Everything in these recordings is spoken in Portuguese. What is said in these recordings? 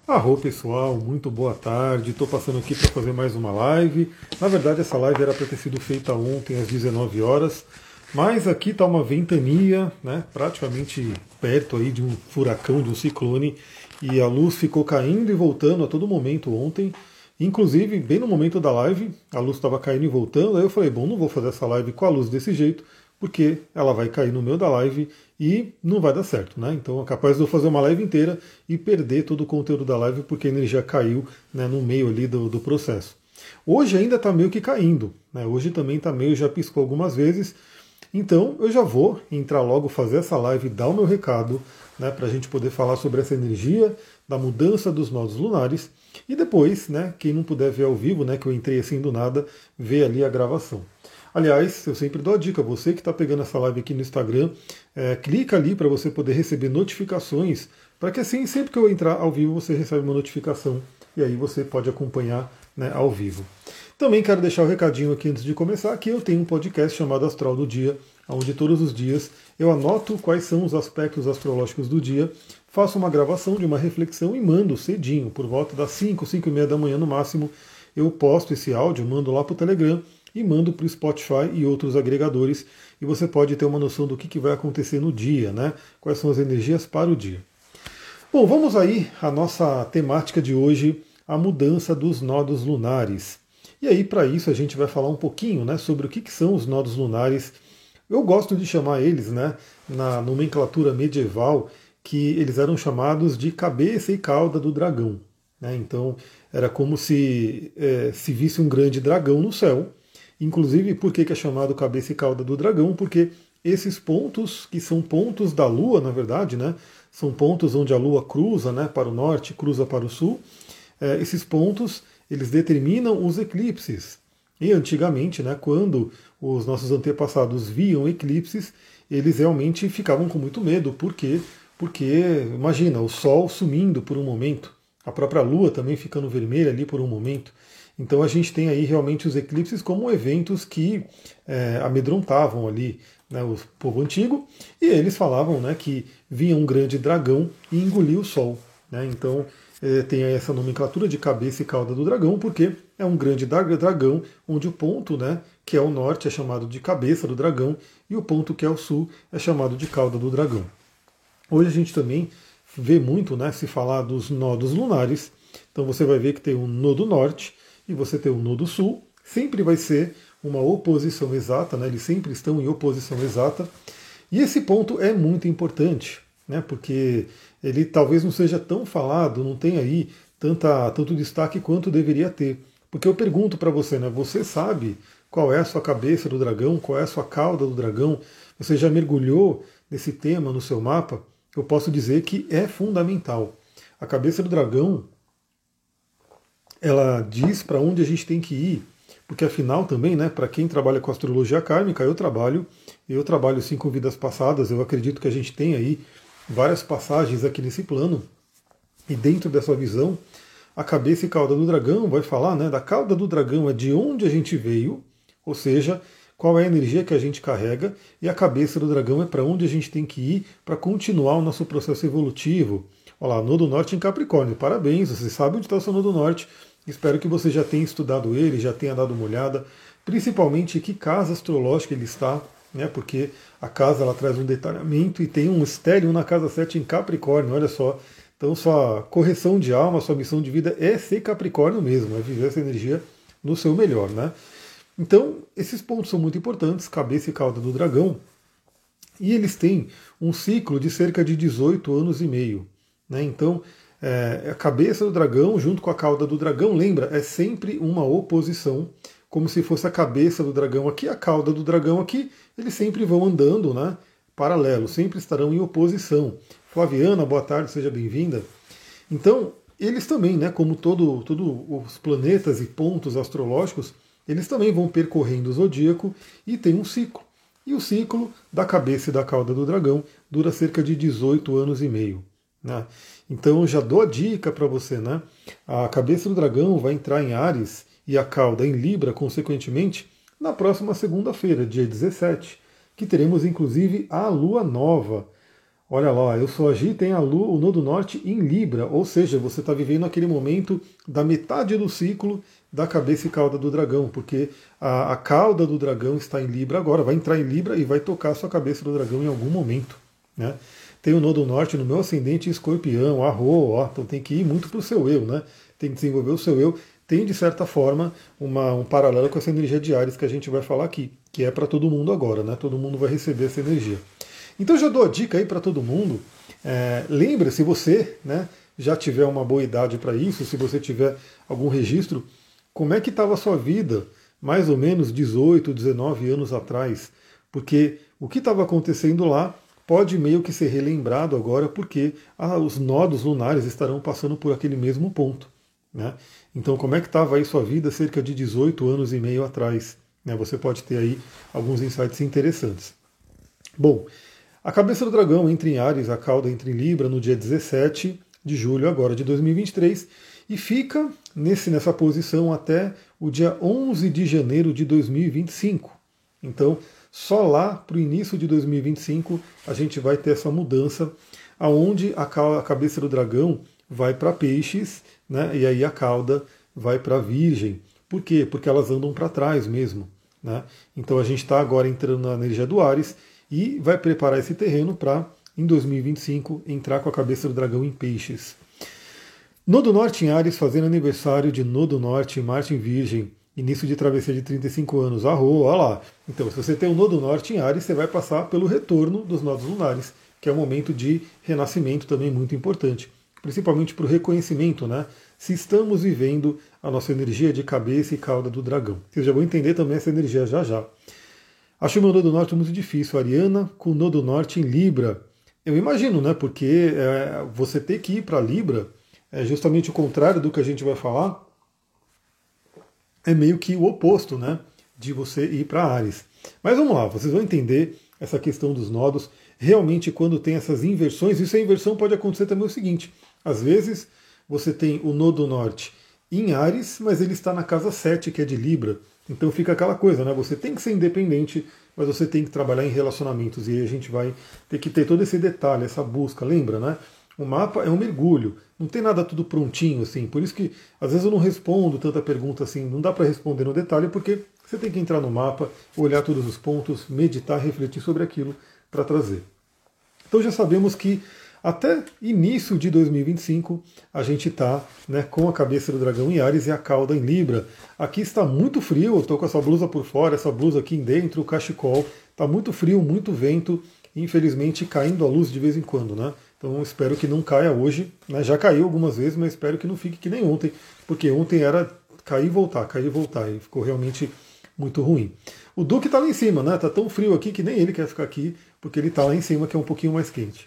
Arro pessoal, muito boa tarde. Estou passando aqui para fazer mais uma live. Na verdade, essa live era para ter sido feita ontem às 19 horas, mas aqui está uma ventania, né, praticamente perto aí de um furacão, de um ciclone, e a luz ficou caindo e voltando a todo momento ontem. Inclusive, bem no momento da live, a luz estava caindo e voltando. Aí eu falei, bom, não vou fazer essa live com a luz desse jeito, porque ela vai cair no meio da live e não vai dar certo, né? Então é capaz de eu fazer uma live inteira e perder todo o conteúdo da live porque a energia caiu, né, no meio ali do processo. Hoje ainda está meio que caindo, né? Hoje também está meio, já piscou algumas vezes. Então eu já vou entrar logo, fazer essa live, dar o meu recado, né, para a gente poder falar sobre essa energia da mudança dos nodos lunares. E depois, né, quem não puder ver ao vivo, né, que eu entrei assim do nada, vê ali a gravação. Aliás, eu sempre dou a dica, você que está pegando essa live aqui no Instagram, clica ali para você poder receber notificações, para que assim, sempre que eu entrar ao vivo, você recebe uma notificação e aí você pode acompanhar, né, ao vivo. Também quero deixar o recadinho aqui antes de começar, que eu tenho um podcast chamado Astral do Dia, onde todos os dias eu anoto quais são os aspectos astrológicos do dia, faço uma gravação de uma reflexão e mando cedinho, por volta das 5, 5 e meia da manhã no máximo, eu posto esse áudio, mando lá para o Telegram, e mando para o Spotify e outros agregadores, e você pode ter uma noção do que vai acontecer no dia, né? Quais são as energias para o dia. Bom, vamos aí à nossa temática de hoje, a mudança dos nodos lunares. E aí, para isso, a gente vai falar um pouquinho, né, sobre o que são os nodos lunares. Eu gosto de chamar eles, né, na nomenclatura medieval, que eles eram chamados de cabeça e cauda do dragão, né? Então, era como se visse um grande dragão no céu. Inclusive, por que é chamado cabeça e cauda do dragão? Porque esses pontos, que são pontos da Lua, na verdade, né, são pontos onde a Lua cruza, né, para o norte, cruza para o sul, esses pontos eles determinam os eclipses. E antigamente, né, quando os nossos antepassados viam eclipses, eles realmente ficavam com muito medo. Por quê? Porque, imagina, o Sol sumindo por um momento, a própria Lua também ficando vermelha ali por um momento. Então a gente tem aí realmente os eclipses como eventos que amedrontavam ali, né, o povo antigo, e eles falavam, né, que vinha um grande dragão e engolia o Sol, né? Então tem aí essa nomenclatura de cabeça e cauda do dragão, porque é um grande dragão, onde o ponto, né, que é o norte é chamado de cabeça do dragão, e o ponto que é o sul é chamado de cauda do dragão. Hoje a gente também vê muito, né, se falar dos nodos lunares, então você vai ver que tem um nodo norte, e você tem o nodo sul, sempre vai ser uma oposição exata, né? Eles sempre estão em oposição exata. E esse ponto é muito importante, né? Porque ele talvez não seja tão falado, não tem aí tanto destaque quanto deveria ter. Porque eu pergunto para você, né? Você sabe qual é a sua cabeça do dragão, qual é a sua cauda do dragão? Você já mergulhou nesse tema no seu mapa? Eu posso dizer que é fundamental. A cabeça do dragão, ela diz para onde a gente tem que ir, porque afinal também, né, para quem trabalha com astrologia kármica, eu trabalho 5 vidas passadas, eu acredito que a gente tem aí várias passagens aqui nesse plano, e dentro dessa visão, a cabeça e cauda do dragão vai falar, né, da cauda do dragão é de onde a gente veio, ou seja, qual é a energia que a gente carrega, e a cabeça do dragão é para onde a gente tem que ir para continuar o nosso processo evolutivo. Olha lá, Nodo Norte em Capricórnio, parabéns, você sabe onde está o seu Nodo Norte. Espero que você já tenha estudado ele, já tenha dado uma olhada, principalmente que casa astrológica ele está, né? Porque a casa ela traz um detalhamento e tem um estélio na casa 7 em Capricórnio, olha só. Então sua correção de alma, sua missão de vida é ser Capricórnio mesmo, é viver essa energia no seu melhor, né? Então esses pontos são muito importantes, cabeça e cauda do dragão, e eles têm um ciclo de cerca de 18 anos e meio, né? Então a cabeça do dragão junto com a cauda do dragão, lembra, é sempre uma oposição, como se fosse a cabeça do dragão aqui, a cauda do dragão aqui, eles sempre vão andando, né, paralelo, sempre estarão em oposição. Flaviana, boa tarde, seja bem-vinda. Então, eles também, né, como todos os planetas e pontos astrológicos, eles também vão percorrendo o zodíaco e tem um ciclo. E o ciclo da cabeça e da cauda do dragão dura cerca de 18 anos e meio. Né? Então já dou a dica para você, né? A cabeça do dragão vai entrar em Áries e a cauda em Libra, consequentemente, na próxima segunda-feira, dia 17, que teremos inclusive a lua nova. Olha lá, eu sou Agi, tem a Lua, o Nodo Norte em Libra, ou seja, você está vivendo aquele momento da metade do ciclo da cabeça e cauda do dragão, porque a cauda do dragão está em Libra agora, vai entrar em Libra e vai tocar a sua cabeça do dragão em algum momento. Né? Tem o Nodo Norte no meu ascendente em Escorpião, então tem que ir muito para o seu eu, né? Tem que desenvolver o seu eu. Tem, de certa forma, um paralelo com essa energia de Áries que a gente vai falar aqui, que é para todo mundo agora, né? Todo mundo vai receber essa energia. Então já dou a dica aí para todo mundo. Lembra, se você, né, já tiver uma boa idade para isso, se você tiver algum registro, como é que estava a sua vida mais ou menos 18, 19 anos atrás? Porque o que estava acontecendo lá pode meio que ser relembrado agora, porque os nodos lunares estarão passando por aquele mesmo ponto. Né? Então, como é que estava aí sua vida cerca de 18 anos e meio atrás? Né? Você pode ter aí alguns insights interessantes. Bom, a cabeça do dragão entra em Áries, a cauda entra em Libra no dia 17 de julho agora de 2023 e fica nessa posição até o dia 11 de janeiro de 2025. Então, só lá para o início de 2025 a gente vai ter essa mudança, aonde a cabeça do dragão vai para Peixes, né, e aí a cauda vai para Virgem. Por quê? Porque elas andam para trás mesmo. Né? Então a gente está agora entrando na energia do Áries e vai preparar esse terreno para, em 2025, entrar com a cabeça do dragão em Peixes. Nodo Norte em Áries, fazendo aniversário de Nodo Norte, Marte em Virgem, início de travessia de 35 anos, olha lá. Então, se você tem um Nodo Norte em Áries, você vai passar pelo retorno dos nodos lunares, que é um momento de renascimento também muito importante, principalmente para o reconhecimento, né? Se estamos vivendo a nossa energia de cabeça e cauda do dragão. Vocês já vão entender também essa energia já já. Acho o meu Nodo Norte muito difícil. Ariana com o Nodo Norte em Libra. Eu imagino, né? Porque você ter que ir para Libra é justamente o contrário do que a gente vai falar. É meio que o oposto, né? De você ir para Áries. Mas vamos lá, vocês vão entender essa questão dos nodos. Realmente, quando tem essas inversões, isso a inversão pode acontecer também o seguinte. Às vezes, você tem o Nodo Norte em Áries, mas ele está na casa 7, que é de Libra. Então fica aquela coisa, né? Você tem que ser independente, mas você tem que trabalhar em relacionamentos. E aí a gente vai ter que ter todo esse detalhe, essa busca. Lembra, né? O mapa é um mergulho, não tem nada tudo prontinho, assim. Por isso que às vezes eu não respondo tanta pergunta assim, não dá para responder no detalhe, porque você tem que entrar no mapa, olhar todos os pontos, meditar, refletir sobre aquilo para trazer. Então já sabemos que até início de 2025 a gente está, né, com a cabeça do dragão em Áries e a cauda em Libra. Aqui está muito frio, eu estou com essa blusa por fora, essa blusa aqui dentro, o cachecol. Está muito frio, muito vento, e infelizmente caindo a luz de vez em quando. Né? Então espero que não caia hoje. Né? Já caiu algumas vezes, mas espero que não fique que nem ontem, porque ontem era cair e voltar, e ficou realmente muito ruim. O Duque está lá em cima, né? Tá tão frio aqui que nem ele quer ficar aqui, porque ele está lá em cima, que é um pouquinho mais quente.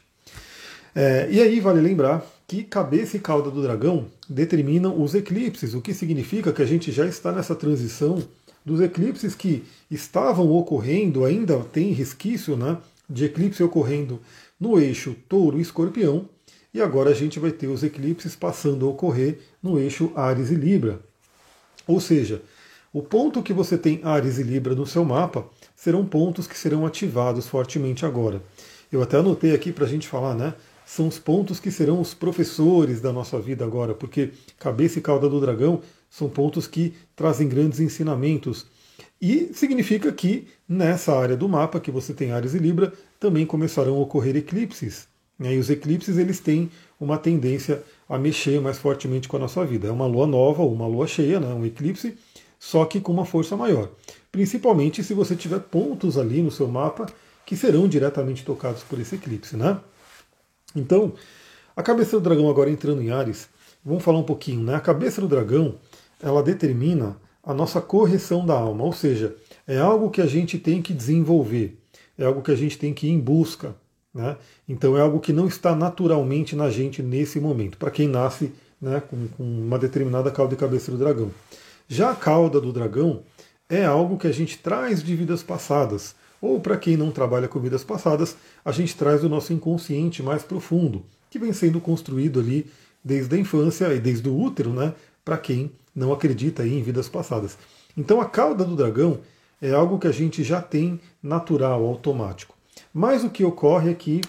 E aí vale lembrar que cabeça e cauda do dragão determinam os eclipses, o que significa que a gente já está nessa transição dos eclipses que estavam ocorrendo, ainda tem resquício, né, de eclipse ocorrendo no eixo Touro e Escorpião, e agora a gente vai ter os eclipses passando a ocorrer no eixo Áries e Libra. Ou seja, o ponto que você tem Áries e Libra no seu mapa serão pontos que serão ativados fortemente agora. Eu até anotei aqui para a gente falar, né? São os pontos que serão os professores da nossa vida agora, porque cabeça e cauda do dragão são pontos que trazem grandes ensinamentos. E significa que nessa área do mapa, que você tem Áries e Libra, também começarão a ocorrer eclipses. E os eclipses eles têm uma tendência a mexer mais fortemente com a nossa vida. É uma lua nova ou uma lua cheia, né? Um eclipse, só que com uma força maior. Principalmente se você tiver pontos ali no seu mapa que serão diretamente tocados por esse eclipse, né? Então, a cabeça do dragão agora entrando em Áries, vamos falar um pouquinho, né? A cabeça do dragão, ela determina a nossa correção da alma, ou seja, é algo que a gente tem que desenvolver, é algo que a gente tem que ir em busca, né? Então é algo que não está naturalmente na gente nesse momento, para quem nasce, né, com uma determinada cauda e cabeça do dragão. Já a cauda do dragão é algo que a gente traz de vidas passadas, ou para quem não trabalha com vidas passadas, a gente traz o nosso inconsciente mais profundo, que vem sendo construído ali desde a infância e desde o útero, né, para quem não acredita aí em vidas passadas. Então a cauda do dragão é algo que a gente já tem natural, automático. Mas o que ocorre é que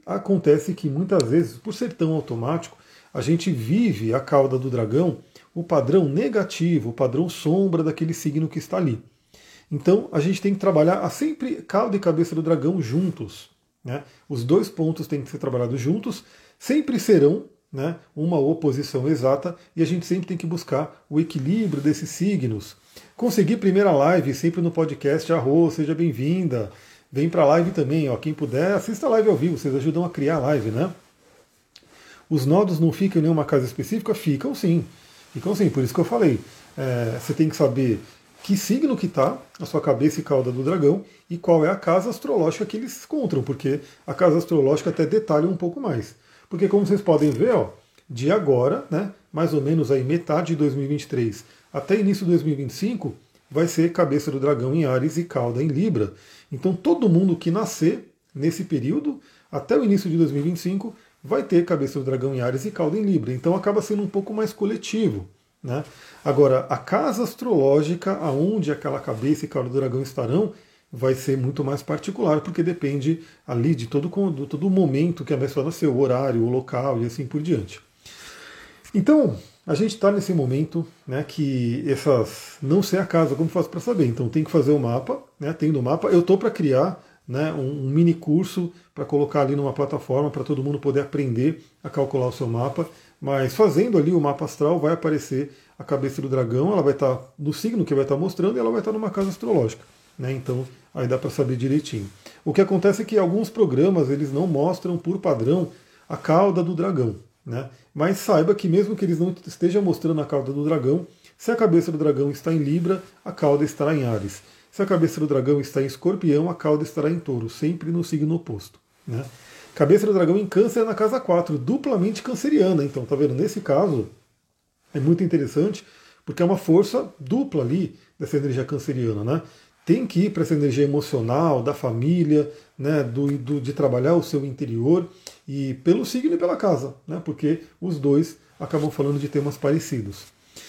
acontece que muitas vezes, por ser tão automático, a gente vive a cauda do dragão, o padrão negativo, o padrão sombra daquele signo que está ali. Então a gente tem que trabalhar sempre cauda e cabeça do dragão juntos. Né? Os dois pontos têm que ser trabalhados juntos, sempre serão, né, uma oposição exata, e a gente sempre tem que buscar o equilíbrio desses signos. Consegui primeira live sempre no podcast, seja bem-vinda. Vem para a live também, ó, quem puder, assista a live ao vivo, vocês ajudam a criar a live, né? Os nodos não ficam em nenhuma casa específica? Ficam sim, por isso que eu falei. Você tem que saber que signo que está a sua cabeça e cauda do dragão e qual é a casa astrológica que eles encontram, porque a casa astrológica até detalha um pouco mais. Porque como vocês podem ver, ó, de agora, né, mais ou menos aí metade de 2023 até início de 2025, vai ser cabeça do dragão em Áries e cauda em Libra. Então todo mundo que nascer nesse período, até o início de 2025, vai ter cabeça do dragão em Áries e cauda em Libra. Então acaba sendo um pouco mais coletivo. Né? Agora, a casa astrológica, aonde aquela cabeça e cauda do dragão estarão, vai ser muito mais particular, porque depende ali de todo o momento que a pessoa nasceu, o horário, o local e assim por diante. Então, a gente está nesse momento, né, que essas não sei a casa, como faço para saber? Então tem que fazer o mapa, né, tendo o mapa. Eu estou para criar, né, um mini curso para colocar ali numa plataforma para todo mundo poder aprender a calcular o seu mapa. Mas fazendo ali o mapa astral vai aparecer a cabeça do dragão, ela vai estar no signo que vai estar mostrando e ela vai estar numa casa astrológica. Né? Então aí dá para saber direitinho. O que acontece é que alguns programas eles não mostram por padrão a cauda do dragão. Né? Mas saiba que mesmo que eles não estejam mostrando a cauda do dragão, se a cabeça do dragão está em Libra, a cauda estará em Áries. Se a cabeça do dragão está em Escorpião, a cauda estará em Touro, sempre no signo oposto. Né? Cabeça do dragão em Câncer na casa 4, duplamente canceriana. Então, tá vendo? Nesse caso, é muito interessante, porque é uma força dupla ali dessa energia canceriana. Né? Tem que ir para essa energia emocional, da família, né? de trabalhar o seu interior, e pelo signo e pela casa, né? Porque os dois acabam falando de temas parecidos.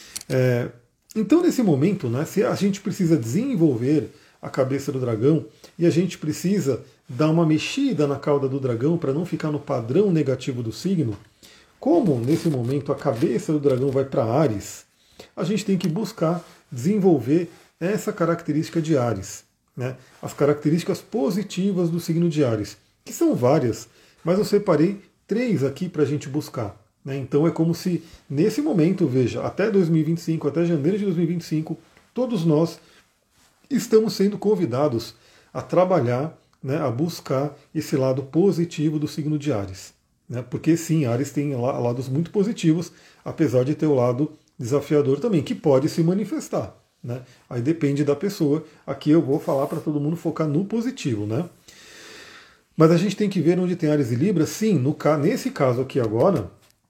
Então, nesse momento, né, se a gente precisa desenvolver a cabeça do dragão e a gente precisa dar uma mexida na cauda do dragão para não ficar no padrão negativo do signo, como nesse momento a cabeça do dragão vai para Áries, a gente tem que buscar desenvolver essa característica de Áries, né? As características positivas do signo de Áries, que são várias, mas eu separei 3 aqui para a gente buscar. Então é como se, nesse momento, veja, até 2025, até janeiro de 2025, todos nós estamos sendo convidados a trabalhar, né, a buscar esse lado positivo do signo de Áries. Né? Porque sim, Áries tem lados muito positivos, apesar de ter o lado desafiador também, que pode se manifestar. Né? Aí depende da pessoa. Aqui eu vou falar para todo mundo focar no positivo. Né? Mas a gente tem que ver onde tem Áries e Libra. Sim, nesse caso aqui agora,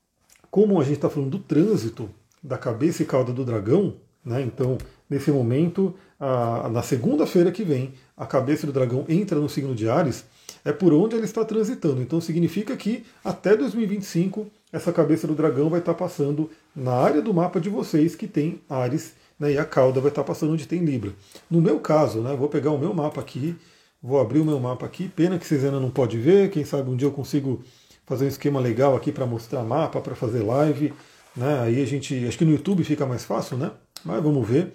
como a gente está falando do trânsito da cabeça e cauda do dragão, né? Então, nesse momento, na segunda-feira que vem, a cabeça do dragão entra no signo de Áries, é por onde ele está transitando. Então, significa que até 2025, essa cabeça do dragão vai estar passando na área do mapa de vocês que tem Áries, né? E a cauda vai estar passando onde tem Libra. No meu caso, né, vou pegar o meu mapa aqui, vou abrir o meu mapa aqui, pena que vocês ainda não podem ver, quem sabe um dia eu consigo fazer um esquema legal aqui para mostrar mapa, para fazer live, né? Aí a gente, acho que no YouTube fica mais fácil, né? Mas vamos ver.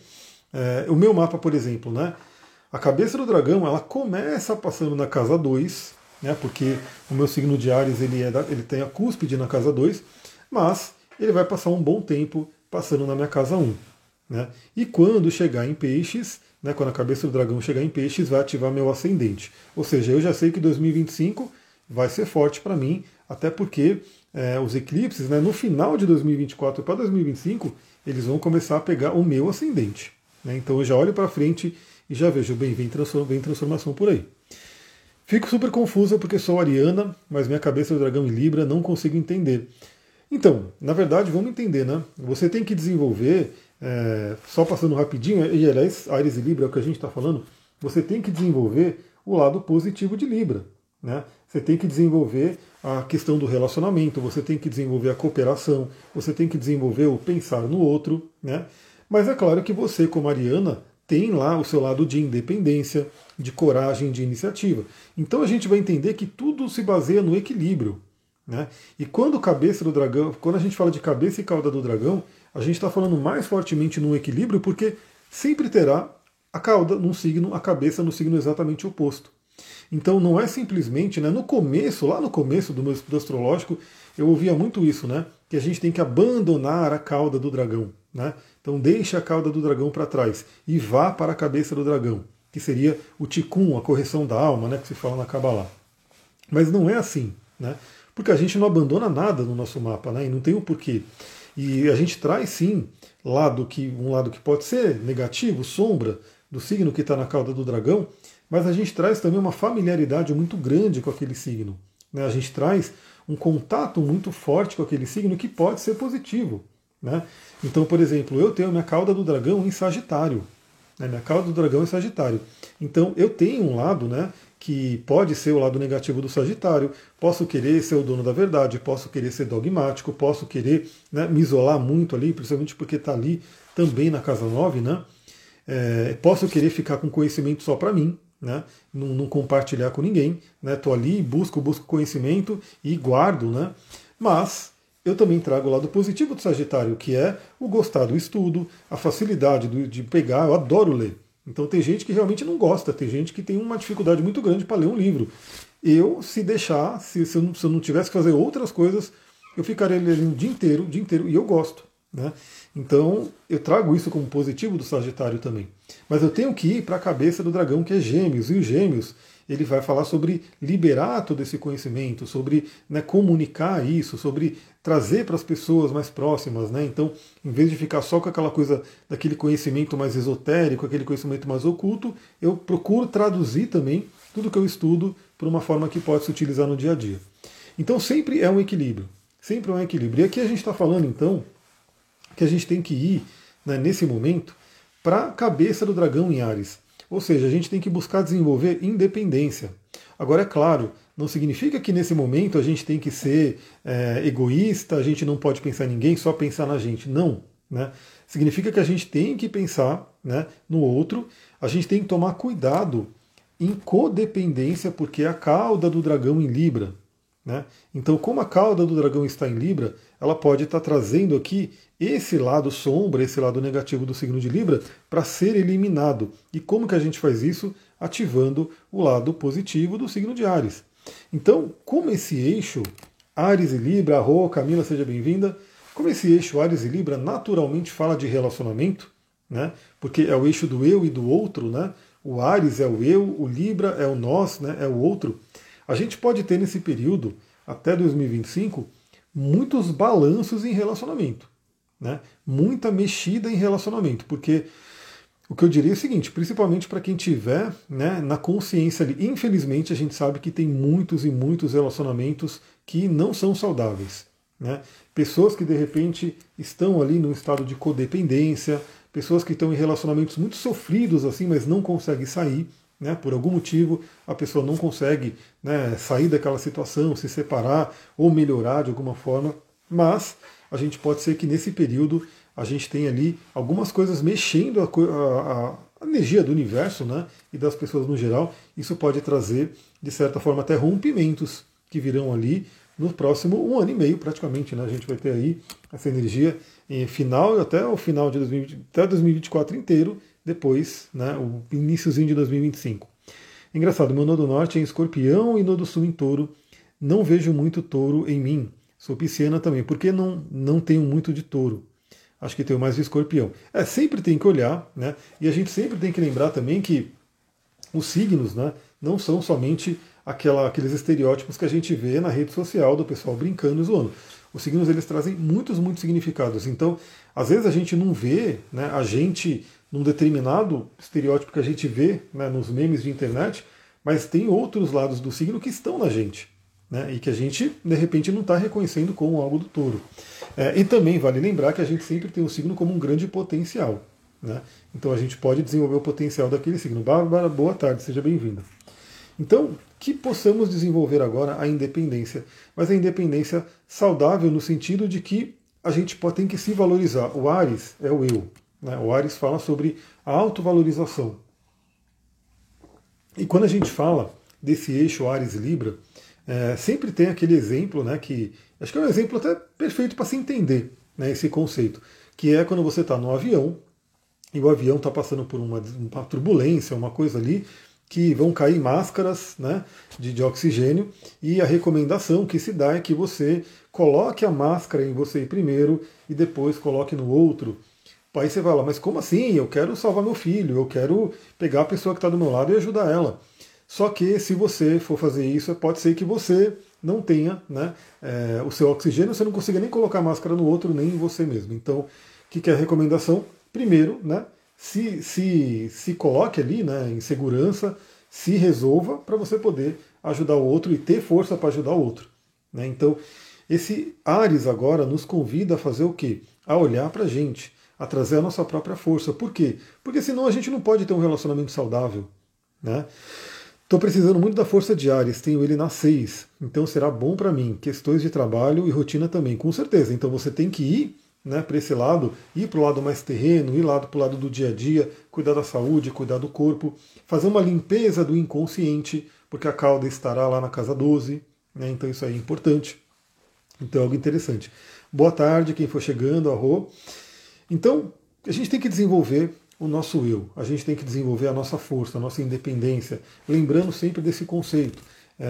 O meu mapa, por exemplo, né? A cabeça do dragão, ela começa passando na casa 2, né? Porque o meu signo de Áries, ele tem a cúspide na casa 2, mas ele vai passar um bom tempo passando na minha casa 1. Né? E quando chegar em Peixes, né, quando a cabeça do dragão chegar em Peixes, vai ativar meu ascendente. Ou seja, eu já sei que 2025 vai ser forte para mim, até porque os eclipses, né, no final de 2024 para 2025, eles vão começar a pegar o meu ascendente. Né? Então eu já olho para frente e já vejo, vem transformação por aí. Fico super confusa porque sou ariana, mas minha cabeça do dragão em Libra, não consigo entender. Então, na verdade, vamos entender, né? Você tem que desenvolver, só passando rapidinho, e aliás, Áries e Libra é o que a gente está falando, você tem que desenvolver o lado positivo de Libra. Né? Você tem que desenvolver a questão do relacionamento, você tem que desenvolver a cooperação, você tem que desenvolver o pensar no outro. Né? Mas é claro que você, como ariana, tem lá o seu lado de independência, de coragem, de iniciativa. Então a gente vai entender que tudo se baseia no equilíbrio. Né? E quando cabeça do dragão, quando a gente fala de cabeça e cauda do dragão, a gente está falando mais fortemente no equilíbrio, porque sempre terá a cauda num signo, a cabeça no signo exatamente oposto. Então não é simplesmente, né, no começo, lá no começo do meu estudo astrológico, eu ouvia muito isso, né, que a gente tem que abandonar a cauda do dragão. Né? Então deixe a cauda do dragão para trás e vá para a cabeça do dragão, que seria o Tikkun, a correção da alma, né, que se fala na Kabbalah. Mas não é assim, né? Porque a gente não abandona nada no nosso mapa, né? E não tem o porquê. E a gente traz sim um lado que pode ser negativo, sombra, do signo que está na cauda do dragão, mas a gente traz também uma familiaridade muito grande com aquele signo. Né? A gente traz um contato muito forte com aquele signo que pode ser positivo. Né? Então, por exemplo, eu tenho a minha cauda do dragão em Sagitário. Né? Minha cauda do dragão é Sagitário. Então, eu tenho um lado, né, que pode ser o lado negativo do Sagitário, posso querer ser o dono da verdade, posso querer ser dogmático, posso querer, né, me isolar muito ali, principalmente porque está ali também na casa 9, né? Posso querer ficar com conhecimento só para mim, né? Não compartilhar com ninguém, né? Estou ali, busco conhecimento e guardo, né? Mas eu também trago o lado positivo do Sagitário, que é o gostar do estudo, a facilidade de pegar, eu adoro ler. Então tem gente que realmente não gosta, tem gente que tem uma dificuldade muito grande para ler um livro. Eu, se deixar, se eu não tivesse que fazer outras coisas, eu ficaria lendo o dia inteiro, e eu gosto. Né? Então eu trago isso como positivo do Sagitário também. Mas eu tenho que ir para a cabeça do dragão, que é Gêmeos, e os Gêmeos, ele vai falar sobre liberar todo esse conhecimento, sobre, né, comunicar isso, sobre trazer para as pessoas mais próximas. Né? Então, em vez de ficar só com aquela coisa daquele conhecimento mais esotérico, aquele conhecimento mais oculto, eu procuro traduzir também tudo que eu estudo por uma forma que pode se utilizar no dia a dia. Então, sempre é um equilíbrio. Sempre é um equilíbrio. E aqui a gente está falando, então, que a gente tem que ir, né, nesse momento, para a cabeça do dragão em Áries. Ou seja, a gente tem que buscar desenvolver independência. Agora, é claro, não significa que nesse momento a gente tem que ser egoísta, a gente não pode pensar em ninguém, só pensar na gente. Não. Né? Significa que a gente tem que pensar, né, no outro, a gente tem que tomar cuidado em codependência, porque é a cauda do dragão em Libra. Né? Então, como a cauda do dragão está em Libra, ela pode estar trazendo aqui esse lado sombra, esse lado negativo do signo de Libra para ser eliminado. E como que a gente faz isso? Ativando o lado positivo do signo de Áries. Então, como esse eixo Áries e Libra, Camila, seja bem-vinda. Como esse eixo Áries e Libra naturalmente fala de relacionamento, né? Porque é o eixo do eu e do outro, né? O Áries é o eu, o Libra é o nós, né? É o outro. A gente pode ter nesse período, até 2025, muitos balanços em relacionamento. Né? Muita mexida em relacionamento. Porque o que eu diria é o seguinte, principalmente para quem tiver, né, na consciência ali, infelizmente a gente sabe que tem muitos e muitos relacionamentos que não são saudáveis. Né? Pessoas que de repente estão ali num estado de codependência, pessoas que estão em relacionamentos muito sofridos assim, mas não conseguem sair. Né, por algum motivo a pessoa não consegue, né, sair daquela situação, se separar ou melhorar de alguma forma, mas a gente pode ser que nesse período a gente tenha ali algumas coisas mexendo a energia do universo, né, e das pessoas no geral. Isso pode trazer, de certa forma, até rompimentos que virão ali no próximo 1 ano e meio praticamente. Né, a gente vai ter aí essa energia em final, até o final de 2024 inteiro, depois, né, o iníciozinho de 2025. Engraçado, meu nodo norte é em Escorpião e nodo sul em Touro. Não vejo muito touro em mim. Sou pisciana também, porque não tenho muito de touro. Acho que tenho mais de Escorpião. Sempre tem que olhar, né? E a gente sempre tem que lembrar também que os signos, né, não são somente aqueles estereótipos que a gente vê na rede social do pessoal brincando e zoando. Os signos, eles trazem muitos significados. Então, às vezes a gente não vê, né, a gente num determinado estereótipo que a gente vê, né, nos memes de internet, mas tem outros lados do signo que estão na gente. Né, e que a gente, de repente, não está reconhecendo como algo do touro. E também vale lembrar que a gente sempre tem o signo como um grande potencial. Né? Então a gente pode desenvolver o potencial daquele signo. Bárbara, boa tarde, seja bem-vinda. Então, que possamos desenvolver agora a independência, mas a independência saudável no sentido de que a gente tem que se valorizar. O Áries é o eu. né? O Áries fala sobre a autovalorização. E quando a gente fala desse eixo Áries-Libra, sempre tem aquele exemplo, né, que acho que é um exemplo até perfeito para se entender, né, esse conceito, que é quando você está no avião e o avião está passando por uma turbulência, uma coisa ali, que vão cair máscaras, né, de oxigênio, e a recomendação que se dá é que você coloque a máscara em você primeiro e depois coloque no outro. Aí você fala, mas como assim? Eu quero salvar meu filho, eu quero pegar a pessoa que está do meu lado e ajudar ela. Só que se você for fazer isso, pode ser que você não tenha, né, o seu oxigênio, você não consiga nem colocar a máscara no outro, nem em você mesmo. Então, o que é a recomendação? Primeiro, né, se coloque ali, né, em segurança, se resolva para você poder ajudar o outro e ter força para ajudar o outro, né? Então, esse Áries agora nos convida a fazer o quê? A olhar para a gente, a trazer a nossa própria força. Por quê? Porque senão a gente não pode ter um relacionamento saudável, né? Estou precisando muito da força de Áries, tenho ele na 6, então será bom para mim. Questões de trabalho e rotina também, com certeza. Então você tem que ir, né, para esse lado, ir para o lado mais terreno, ir para o lado do dia a dia, cuidar da saúde, cuidar do corpo, fazer uma limpeza do inconsciente, porque a cauda estará lá na casa 12, né, então isso aí é importante. Então é algo interessante. Boa tarde, quem for chegando, arro. Então, a gente tem que desenvolver o nosso eu, a gente tem que desenvolver a nossa força, a nossa independência, lembrando sempre desse conceito.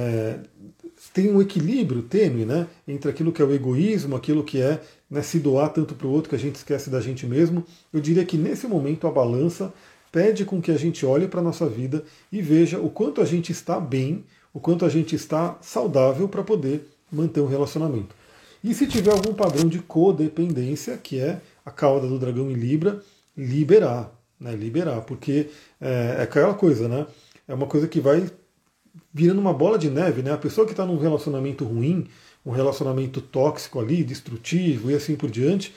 Tem um equilíbrio tênue, né, entre aquilo que é o egoísmo, aquilo que é, né, se doar tanto para o outro que a gente esquece da gente mesmo. Eu diria que nesse momento a balança pede com que a gente olhe para a nossa vida e veja o quanto a gente está bem, o quanto a gente está saudável para poder manter um relacionamento. E se tiver algum padrão de codependência, que é a cauda do dragão em Libra, liberar, né? Liberar, porque é aquela coisa, né? É uma coisa que vai virando uma bola de neve, né? A pessoa que está num relacionamento ruim, um relacionamento tóxico ali, destrutivo e assim por diante,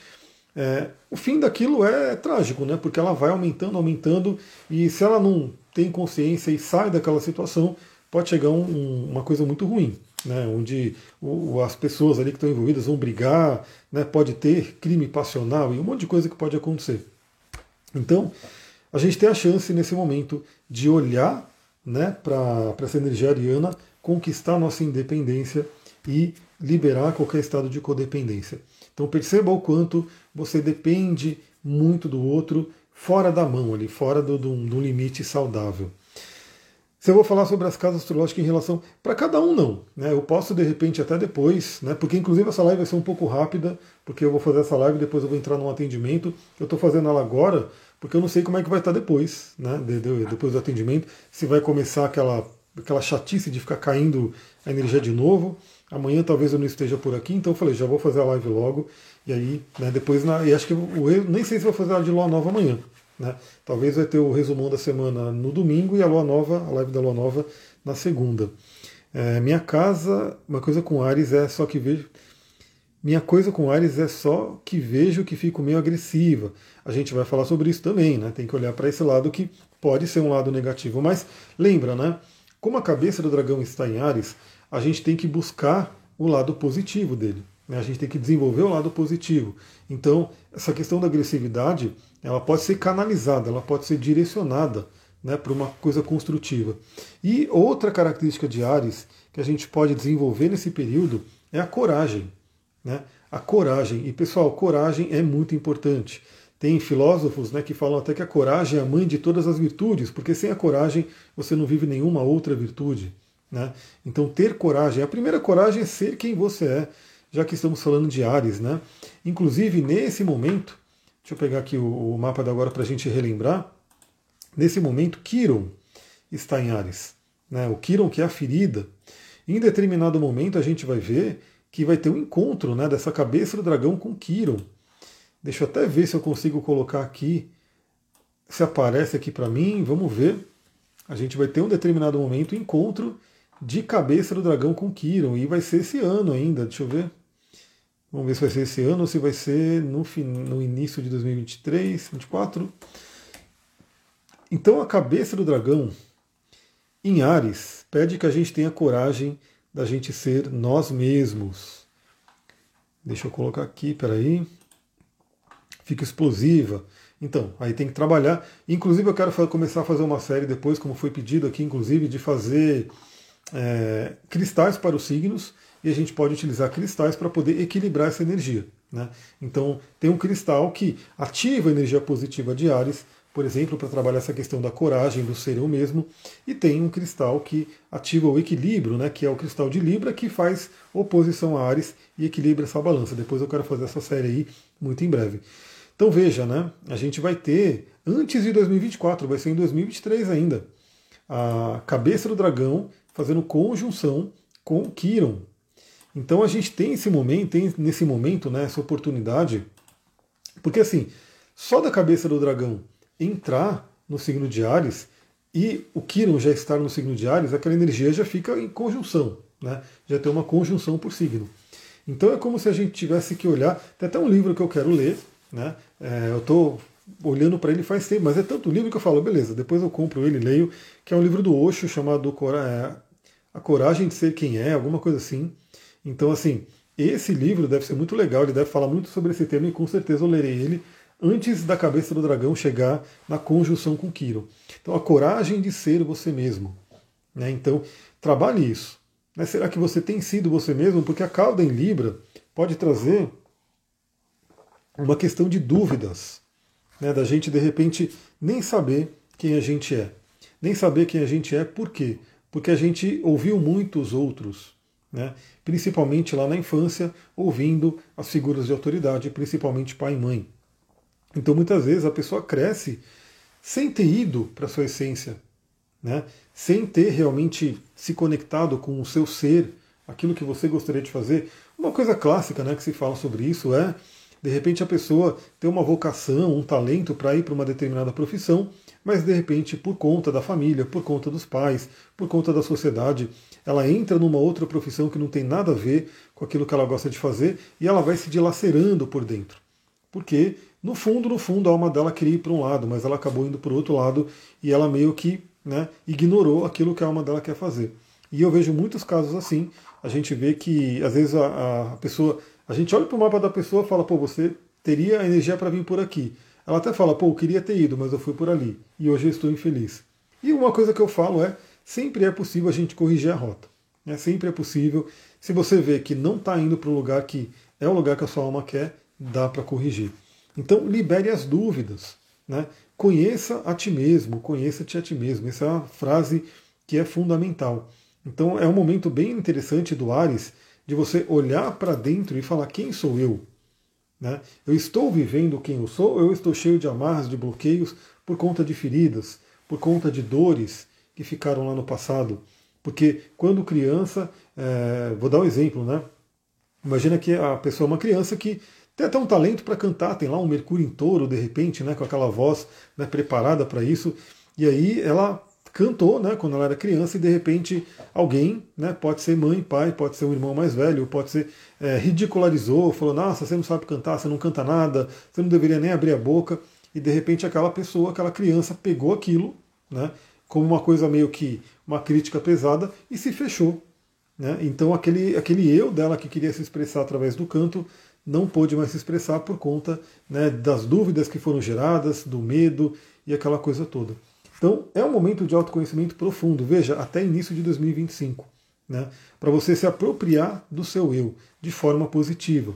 o fim daquilo é trágico, né? Porque ela vai aumentando, aumentando, e se ela não tem consciência e sai daquela situação, pode chegar uma coisa muito ruim, né? Onde as pessoas ali que estão envolvidas vão brigar, né? Pode ter crime passional e um monte de coisa que pode acontecer. Então, a gente tem a chance nesse momento de olhar, né, para essa energia ariana, conquistar a nossa independência e liberar qualquer estado de codependência. Então perceba o quanto você depende muito do outro, fora da mão ali, fora do limite saudável. Se eu vou falar sobre as casas astrológicas em relação... Para cada um não, né? Eu posso de repente até depois, né? Porque inclusive essa live vai ser um pouco rápida, porque eu vou fazer essa live e depois eu vou entrar num atendimento. Eu estou fazendo ela agora, porque eu não sei como é que vai estar depois, né? Depois do atendimento, se vai começar aquela chatice de ficar caindo a energia de novo. Amanhã talvez eu não esteja por aqui, então eu falei, já vou fazer a live logo. E aí, né, depois, e acho que nem sei se vou fazer a de Lua Nova amanhã. Né? Talvez vai ter o resumão da semana no domingo e a Lua Nova, a live da Lua Nova, na segunda. Minha casa, uma coisa com Áries é só que vejo. Minha coisa com Áries é só que vejo que fico meio agressiva. A gente vai falar sobre isso também, né? Tem que olhar para esse lado que pode ser um lado negativo. Mas lembra, né? Como a cabeça do dragão está em Áries, a gente tem que buscar o lado positivo dele. Né? A gente tem que desenvolver o lado positivo. Então, essa questão da agressividade, ela pode ser canalizada, ela pode ser direcionada, né, para uma coisa construtiva. E outra característica de Áries que a gente pode desenvolver nesse período é a coragem. Né? A coragem. E pessoal, coragem é muito importante. Tem filósofos, né, que falam até que a coragem é a mãe de todas as virtudes, porque sem a coragem você não vive nenhuma outra virtude. Né? Então ter coragem, a primeira coragem é ser quem você é, já que estamos falando de Áries. Né? Inclusive nesse momento, deixa eu pegar aqui o mapa da agora para a gente relembrar, nesse momento Quiron está em Áries. Né? O Quiron, que é a ferida. Em determinado momento a gente vai ver que vai ter um encontro, né, dessa cabeça do dragão com Quiron. Deixa eu até ver se eu consigo colocar aqui, se aparece aqui para mim, vamos ver. A gente vai ter um determinado momento, encontro de cabeça do dragão com Quiron, e vai ser esse ano ainda, deixa eu ver. Vamos ver se vai ser esse ano ou se vai ser no início de 2023, 2024. Então a cabeça do dragão em Áries pede que a gente tenha coragem da gente ser nós mesmos. Deixa eu colocar aqui, peraí. fica explosiva. Então, aí tem que trabalhar. Inclusive, eu quero começar a fazer uma série depois, como foi pedido aqui, inclusive, de fazer cristais para os signos, e a gente pode utilizar cristais para poder equilibrar essa energia. Né? Então, tem um cristal que ativa a energia positiva de Áries, por exemplo, para trabalhar essa questão da coragem, do ser eu mesmo, e tem um cristal que ativa o equilíbrio, né, que é o cristal de Libra, que faz oposição a Áries e equilibra essa balança. Depois eu quero fazer essa série aí muito em breve. Então veja, né, a gente vai ter, antes de 2024, vai ser em 2023 ainda, a cabeça do dragão fazendo conjunção com Quiron. Então a gente tem nesse momento, né, essa oportunidade, porque assim, só da cabeça do dragão entrar no signo de Áries e o Quiron já estar no signo de Áries, aquela energia já fica em conjunção, né? Já tem uma conjunção por signo. Então é como se a gente tivesse que olhar, tem até um livro que eu quero ler, né? Eu estou olhando para ele faz tempo, mas é tanto livro que eu falo, beleza, depois eu compro ele e leio, que é um livro do Osho chamado A Coragem de Ser Quem É, alguma coisa assim. Então, assim, esse livro deve ser muito legal, ele deve falar muito sobre esse tema e com certeza eu lerei ele antes da cabeça do dragão chegar na conjunção com Quiron. Então, a coragem de ser você mesmo. Né? Então, trabalhe isso. Né? Será que você tem sido você mesmo? Porque a cauda em Libra pode trazer uma questão de dúvidas, né? Da gente, de repente, nem saber quem a gente é. Nem saber quem a gente é, por quê? Porque a gente ouviu muitos outros. Né? Principalmente lá na infância, ouvindo as figuras de autoridade, principalmente pai e mãe. Então, muitas vezes, a pessoa cresce sem ter ido para a sua essência, né? Sem ter realmente se conectado com o seu ser, aquilo que você gostaria de fazer. Uma coisa clássica, né, que se fala sobre isso é, de repente, a pessoa ter uma vocação, um talento para ir para uma determinada profissão, mas, de repente, por conta da família, por conta dos pais, por conta da sociedade, ela entra numa outra profissão que não tem nada a ver com aquilo que ela gosta de fazer e ela vai se dilacerando por dentro. Porque, no fundo, a alma dela queria ir para um lado, mas ela acabou indo para o outro lado e ela meio que, né, ignorou aquilo que a alma dela quer fazer. E eu vejo muitos casos assim. A gente vê que, às vezes, a pessoa... A gente olha para o mapa da pessoa e fala, pô, você teria energia para vir por aqui. Ela até fala, pô, eu queria ter ido, mas eu fui por ali. E hoje eu estou infeliz. E uma coisa que eu falo é, sempre é possível a gente corrigir a rota. Né? Sempre é possível. Se você vê que não está indo para o lugar que é o lugar que a sua alma quer, dá para corrigir. Então, libere as dúvidas. Né? Conheça a ti mesmo, conheça-te a ti mesmo. Essa é uma frase que é fundamental. Então, é um momento bem interessante do Áries de você olhar para dentro e falar, quem sou eu? Né? Eu estou vivendo quem eu sou, ou eu estou cheio de amarras, de bloqueios, por conta de feridas, por conta de dores que ficaram lá no passado. Porque quando criança, vou dar um exemplo, né? Imagina que a pessoa é uma criança que tem até um talento para cantar, tem lá um Mercúrio em Touro, de repente, né, com aquela voz, né, preparada para isso, e aí ela cantou, né, quando ela era criança, e de repente alguém, né, pode ser mãe, pai, pode ser um irmão mais velho, pode ser ridicularizou, falou, nossa, você não sabe cantar, você não canta nada, você não deveria nem abrir a boca, e de repente aquela pessoa, aquela criança pegou aquilo, né, como uma coisa meio que uma crítica pesada e se fechou. Né? Então aquele eu dela que queria se expressar através do canto não pôde mais se expressar por conta, né, das dúvidas que foram geradas, do medo e aquela coisa toda. Então é um momento de autoconhecimento profundo, veja, até início de 2025, né, para você se apropriar do seu eu de forma positiva.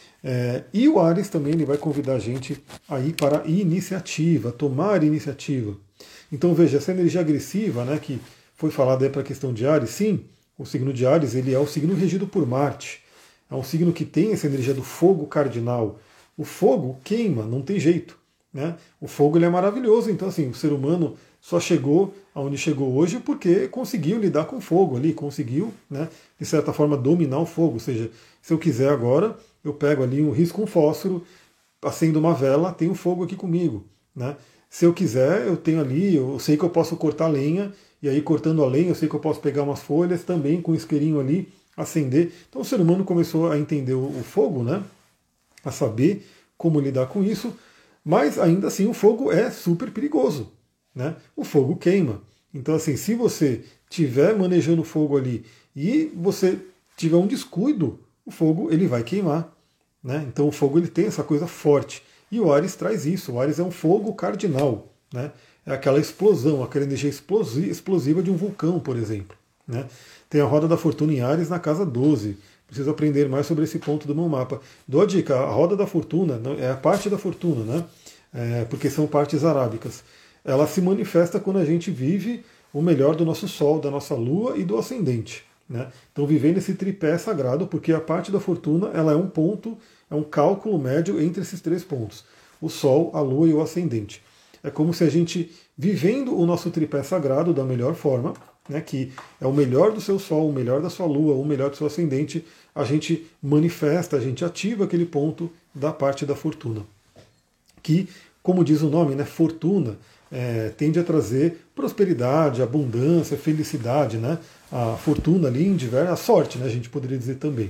E o Áries também ele vai convidar a gente a ir para a iniciativa, tomar iniciativa. Então veja, essa energia agressiva, né, que foi falada aí para a questão de Áries, sim, o signo de Áries ele é o signo regido por Marte. É um signo que tem essa energia do fogo cardinal. O fogo queima, não tem jeito. Né? O fogo ele é maravilhoso, então assim, o ser humano só chegou aonde chegou hoje porque conseguiu lidar com o fogo ali, conseguiu, né, de certa forma, dominar o fogo. Ou seja, se eu quiser agora, eu pego ali risco um fósforo, acendo uma vela, tenho fogo aqui comigo. Né? Se eu quiser, eu tenho ali, eu sei que eu posso cortar lenha, e aí cortando a lenha, eu sei que eu posso pegar umas folhas também com um isqueirinho ali, acender. Então o ser humano começou a entender o fogo, né? A saber como lidar com isso, mas ainda assim o fogo é super perigoso. Né? O fogo queima. Então, assim, se você estiver manejando o fogo ali e você tiver um descuido, o fogo ele vai queimar. Né? Então o fogo ele tem essa coisa forte. E o Áries traz isso. O Áries é um fogo cardinal, né? É aquela explosão, aquela energia explosiva de um vulcão, por exemplo, né? Tem a roda da fortuna em Áries na casa 12. Preciso aprender mais sobre esse ponto do meu mapa. Dou a dica, a roda da fortuna é a parte da fortuna, né? Porque são partes arábicas. Ela se manifesta quando a gente vive o melhor do nosso Sol, da nossa Lua e do ascendente, né? Então vivendo esse tripé sagrado, porque a parte da fortuna ela é um ponto, é um cálculo médio entre esses três pontos. O Sol, a Lua e o ascendente. É como se a gente, vivendo o nosso tripé sagrado da melhor forma, né, que é o melhor do seu Sol, o melhor da sua Lua, o melhor do seu ascendente, a gente manifesta, a gente ativa aquele ponto da parte da fortuna. Que, como diz o nome, né, fortuna, tende a trazer prosperidade, abundância, felicidade, né? A fortuna ali em a sorte, né, a gente poderia dizer também.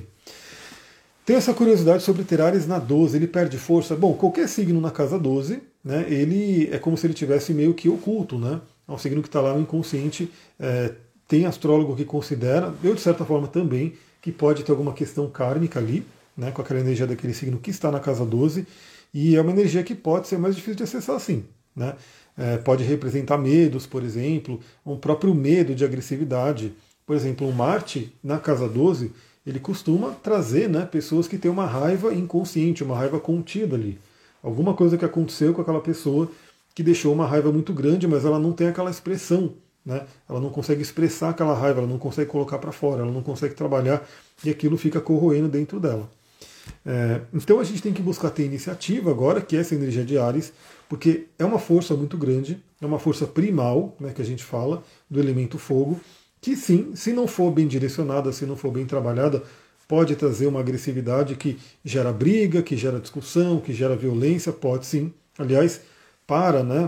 Tem essa curiosidade sobre ter Áries na 12, ele perde força. Bom, qualquer signo na casa 12, né, ele é como se ele tivesse meio que oculto, né? É um signo que está lá no inconsciente. Tem astrólogo que considera, eu de certa forma também, que pode ter alguma questão kármica ali, né, com aquela energia daquele signo que está na casa 12, e é uma energia que pode ser mais difícil de acessar sim, né? Pode representar medos, por exemplo, um próprio medo de agressividade. Por exemplo, o Marte na casa 12, ele costuma trazer, né, pessoas que têm uma raiva inconsciente, uma raiva contida ali. Alguma coisa que aconteceu com aquela pessoa que deixou uma raiva muito grande, mas ela não tem aquela expressão, né? Ela não consegue expressar aquela raiva, ela não consegue colocar para fora, ela não consegue trabalhar e aquilo fica corroendo dentro dela. Então a gente tem que buscar ter iniciativa agora, que é essa energia de Áries, porque é uma força muito grande, é uma força primal, né, que a gente fala, do elemento fogo, que sim, se não for bem direcionada, se não for bem trabalhada, pode trazer uma agressividade que gera briga, que gera discussão, que gera violência, pode sim. Aliás, né,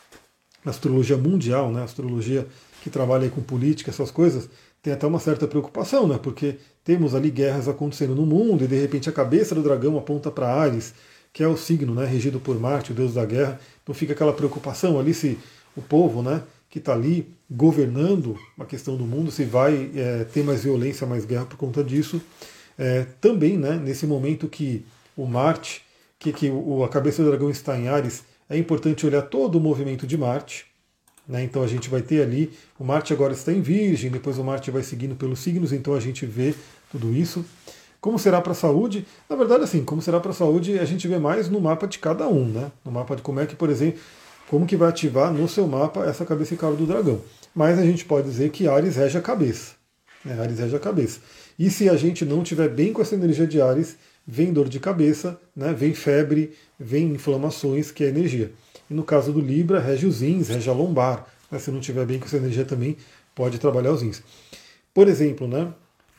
a astrologia mundial, né, a astrologia que trabalha aí com política, essas coisas, tem até uma certa preocupação, né, porque temos ali guerras acontecendo no mundo e de repente a cabeça do dragão aponta para Áries, que é o signo, né, regido por Marte, o deus da guerra. Então fica aquela preocupação ali se o povo, né, que está ali governando a questão do mundo, se vai ter mais violência, mais guerra por conta disso. Também, né, nesse momento que o Marte, a cabeça do dragão está em Áries, é importante olhar todo o movimento de Marte, né? Então a gente vai ter ali, o Marte agora está em Virgem, depois o Marte vai seguindo pelos signos, então a gente vê tudo isso. Como será para a saúde? Na verdade, assim, como será para a saúde, a gente vê mais no mapa de cada um, né? No mapa de como é que, por exemplo, como que vai ativar no seu mapa essa cabeça e cauda do dragão. Mas a gente pode dizer que Áries rege a cabeça. Né? Áries rege a cabeça. E se a gente não tiver bem com essa energia de Áries, vem dor de cabeça, né? Vem febre, vem inflamações, que é energia. E no caso do Libra, rege os rins, rege a lombar. Né? Se não tiver bem com essa energia também, pode trabalhar os rins. Por exemplo, né?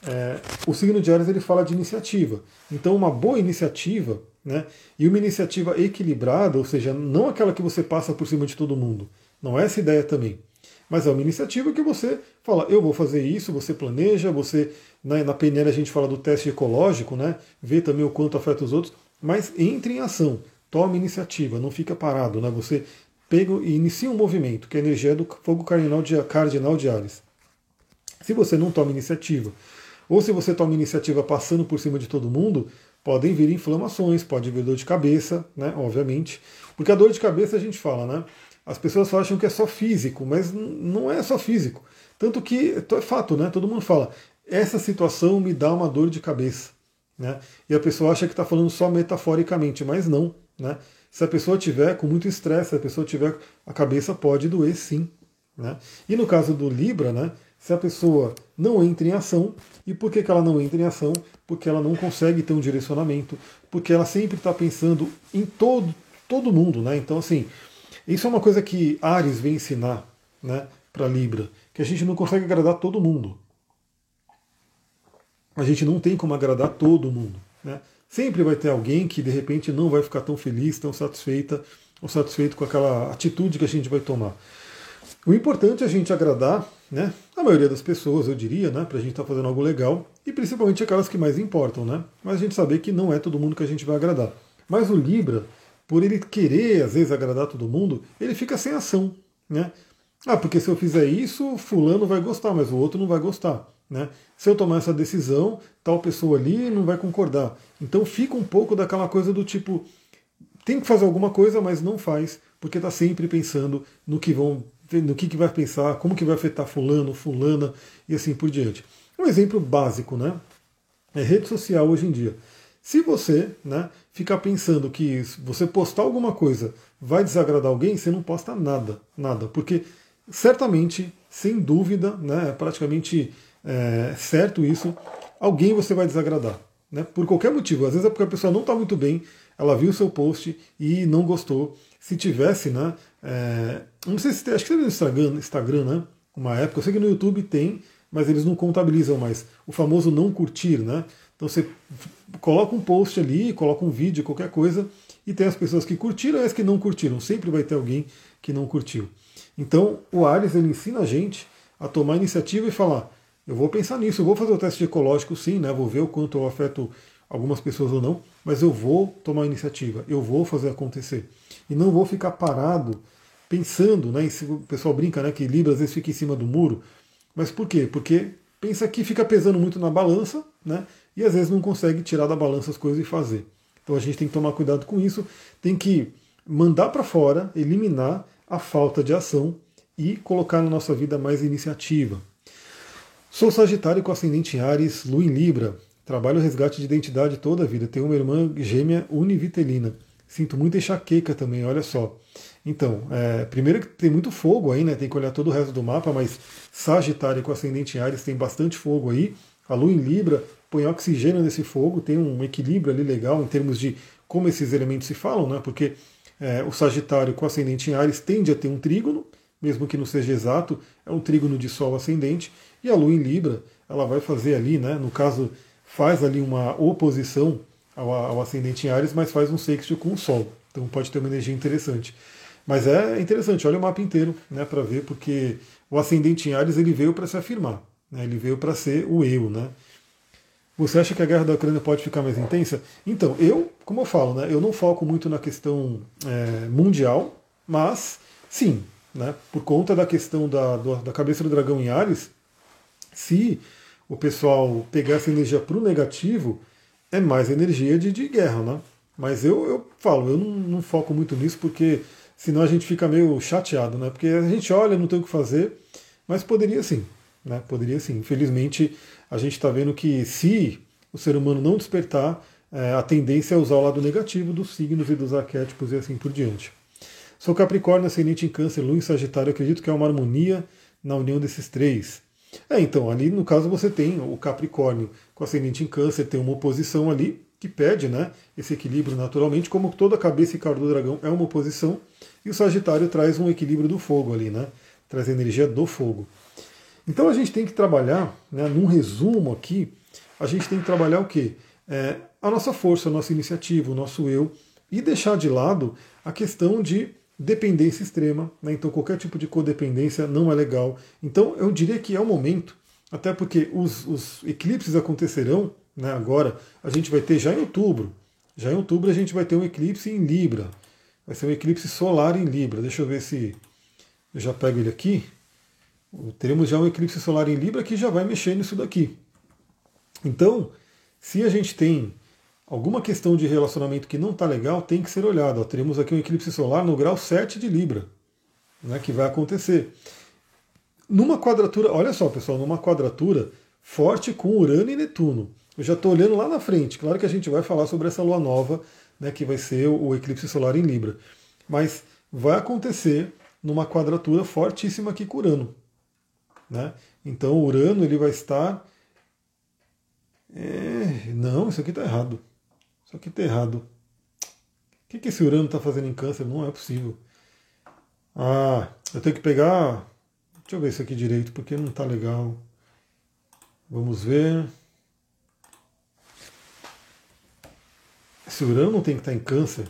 O signo de Áries ele fala de iniciativa. Então, uma boa iniciativa, né? E uma iniciativa equilibrada, ou seja, não aquela que você passa por cima de todo mundo. Não é essa ideia também. Mas é uma iniciativa que você fala, eu vou fazer isso, você planeja, você. Na PNL a gente fala do teste ecológico, né? Vê também o quanto afeta os outros, mas entre em ação, tome iniciativa, não fica parado, né? Você pega e inicia um movimento, que é a energia do fogo cardinal de Áries. Se você não toma iniciativa, ou se você toma iniciativa passando por cima de todo mundo, podem vir inflamações, pode vir dor de cabeça, né, obviamente. Porque a dor de cabeça a gente fala, né? As pessoas acham que é só físico, mas não é só físico. Tanto que é fato, né? Todo mundo fala, essa situação me dá uma dor de cabeça. Né? E a pessoa acha que está falando só metaforicamente, mas não. Né? Se a pessoa tiver com muito estresse, se a pessoa tiver, a cabeça pode doer sim. Né? E no caso do Libra, né? Se a pessoa não entra em ação, e por que ela não entra em ação? Porque ela não consegue ter um direcionamento, porque ela sempre está pensando em todo mundo, né? Então, assim, isso é uma coisa que Áries vem ensinar, né, para Libra, que a gente não consegue agradar todo mundo. A gente não tem como agradar todo mundo, né? Sempre vai ter alguém que de repente não vai ficar tão feliz, tão satisfeita, ou satisfeito com aquela atitude que a gente vai tomar. O importante é a gente agradar, né, a maioria das pessoas, eu diria, né, para a gente estar fazendo algo legal, e principalmente aquelas que mais importam, né? Mas a gente saber que não é todo mundo que a gente vai agradar. Mas o Libra, por ele querer às vezes agradar todo mundo, ele fica sem ação, né? Porque se eu fizer isso, fulano vai gostar, mas o outro não vai gostar. Né? Se eu tomar essa decisão, tal pessoa ali não vai concordar. Então fica um pouco daquela coisa do tipo, tem que fazer alguma coisa, mas não faz, porque está sempre pensando no que vai pensar, como que vai afetar fulano, fulana e assim por diante. Um exemplo básico, né? É rede social hoje em dia. Se você, né, ficar pensando que você postar alguma coisa vai desagradar alguém, você não posta nada, nada, porque certamente, sem dúvida, né, é praticamente certo isso, alguém você vai desagradar, né, por qualquer motivo. Às vezes é porque a pessoa não está muito bem, ela viu o seu post e não gostou. Se tivesse, né, não sei se tem, acho que teve no Instagram, né, uma época, eu sei que no YouTube tem, mas eles não contabilizam mais. O famoso não curtir, né? Então você coloca um post ali, coloca um vídeo, qualquer coisa, e tem as pessoas que curtiram e as que não curtiram. Sempre vai ter alguém que não curtiu. Então o Ares ele ensina a gente a tomar iniciativa e falar: eu vou pensar nisso, eu vou fazer o teste ecológico sim, né? Vou ver o quanto eu afeto algumas pessoas ou não, mas eu vou tomar iniciativa, eu vou fazer acontecer. E não vou ficar parado pensando, né? O pessoal brinca, né, que Libra às vezes fica em cima do muro. Mas por quê? Porque pensa que fica pesando muito na balança, né? E às vezes não consegue tirar da balança as coisas e fazer. Então a gente tem que tomar cuidado com isso, tem que mandar para fora, eliminar a falta de ação e colocar na nossa vida mais iniciativa. Sou Sagitário com ascendente em Áries, Lua em Libra. Trabalho o resgate de identidade toda a vida. Tenho uma irmã gêmea univitelina. Sinto muita enxaqueca também, olha só. Então, primeiro que tem muito fogo aí, né? Tem que olhar todo o resto do mapa, mas Sagitário com ascendente em Áries tem bastante fogo aí. A Lua em Libra põe oxigênio nesse fogo, tem um equilíbrio ali legal em termos de como esses elementos se falam, né? Porque o Sagitário com ascendente em Áries tende a ter um trígono, mesmo que não seja exato, é um trígono de Sol ascendente, e a Lua em Libra, ela vai fazer ali, né? No caso, faz ali uma oposição ao ascendente em Áries, mas faz um sextil com o Sol. Então pode ter uma energia interessante. Mas é interessante, olha o mapa inteiro, né, para ver, porque o ascendente em Áries ele veio para se afirmar, né, ele veio para ser o eu, né. Você acha que a guerra da Ucrânia pode ficar mais intensa? Então, como eu falo, né, eu não foco muito na questão mundial, mas sim, né, por conta da questão da cabeça do dragão em Áries, se o pessoal pegar essa energia para o negativo, é mais energia de guerra, né? Mas eu falo, eu não foco muito nisso, porque senão a gente fica meio chateado, né? Porque a gente olha, não tem o que fazer, mas poderia sim, né? Poderia sim. Infelizmente, a gente está vendo que se o ser humano não despertar, a tendência é usar o lado negativo dos signos e dos arquétipos e assim por diante. Sou Capricórnio, ascendente em Câncer, Lua em Sagitário, acredito que é uma harmonia na união desses três. Então, ali no caso você tem o Capricórnio com ascendente em Câncer, tem uma oposição ali, que pede, né, esse equilíbrio naturalmente, como toda a cabeça e cauda do dragão é uma oposição, e o Sagitário traz um equilíbrio do fogo ali, né, traz a energia do fogo. Então a gente tem que trabalhar, né, num resumo aqui, a gente tem que trabalhar o quê? A nossa força, a nossa iniciativa, o nosso eu, e deixar de lado a questão de dependência extrema, né, então qualquer tipo de codependência não é legal. Então eu diria que é o momento, até porque os eclipses acontecerão, né, agora, a gente vai ter já em outubro. Já em outubro a gente vai ter um eclipse em Libra. Vai ser um eclipse solar em Libra. Deixa eu ver se eu já pego ele aqui. Teremos já um eclipse solar em Libra que já vai mexer nisso daqui. Então, se a gente tem alguma questão de relacionamento que não está legal, tem que ser olhado. Ó, teremos aqui um eclipse solar no grau 7 de Libra, né, que vai acontecer. Numa quadratura, olha só pessoal, numa quadratura forte com Urano e Netuno. Eu já estou olhando lá na frente. Claro que a gente vai falar sobre essa lua nova, né, que vai ser o eclipse solar em Libra. Mas vai acontecer numa quadratura fortíssima aqui com Urano. Né? Então o Urano ele vai estar... Não, isso aqui está errado. Isso aqui está errado. O que esse Urano está fazendo em Câncer? Não é possível. Eu tenho que pegar... Deixa eu ver isso aqui direito, porque não está legal. Vamos ver... Esse Urano não tem que estar em Câncer?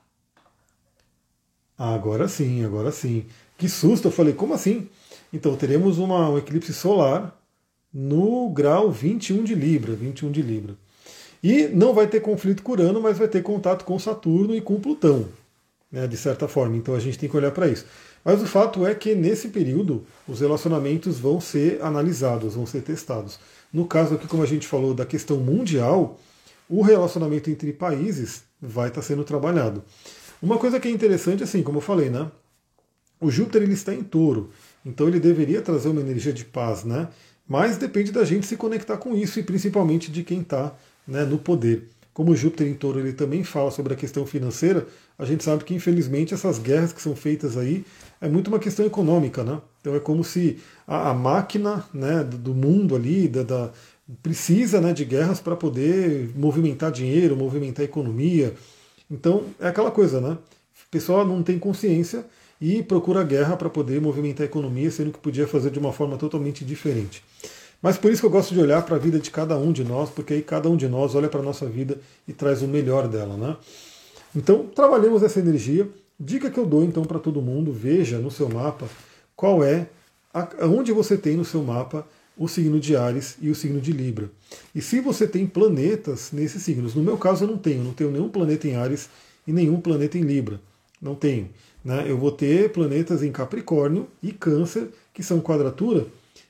Agora sim, agora sim. Que susto, eu falei, como assim? Então, teremos um eclipse solar no grau 21 de Libra. 21 de Libra. E não vai ter conflito com Urano, mas vai ter contato com Saturno e com Plutão, né, de certa forma. Então a gente tem que olhar para isso. Mas o fato é que nesse período os relacionamentos vão ser analisados, vão ser testados. No caso aqui, como a gente falou da questão mundial, o relacionamento entre países vai estar sendo trabalhado. Uma coisa que é interessante, assim, como eu falei, né? O Júpiter ele está em Touro, então ele deveria trazer uma energia de paz, né? Mas depende da gente se conectar com isso e principalmente de quem está, né, no poder. Como o Júpiter em Touro ele também fala sobre a questão financeira, a gente sabe que infelizmente essas guerras que são feitas aí é muito uma questão econômica, né? Então é como se a máquina, né, do mundo ali, precisa, né, de guerras para poder movimentar dinheiro, movimentar a economia. Então é aquela coisa, né? O pessoal não tem consciência e procura a guerra para poder movimentar a economia, sendo que podia fazer de uma forma totalmente diferente. Mas por isso que eu gosto de olhar para a vida de cada um de nós, porque aí cada um de nós olha para a nossa vida e traz o melhor dela, né? Então, trabalhemos essa energia. Dica que eu dou então para todo mundo, veja no seu mapa qual é, onde você tem no seu mapa o signo de Áries e o signo de Libra. E se você tem planetas nesses signos, no meu caso eu não tenho nenhum planeta em Áries e nenhum planeta em Libra. Não tenho. Né? Eu vou ter planetas em Capricórnio e Câncer, que são quadratura,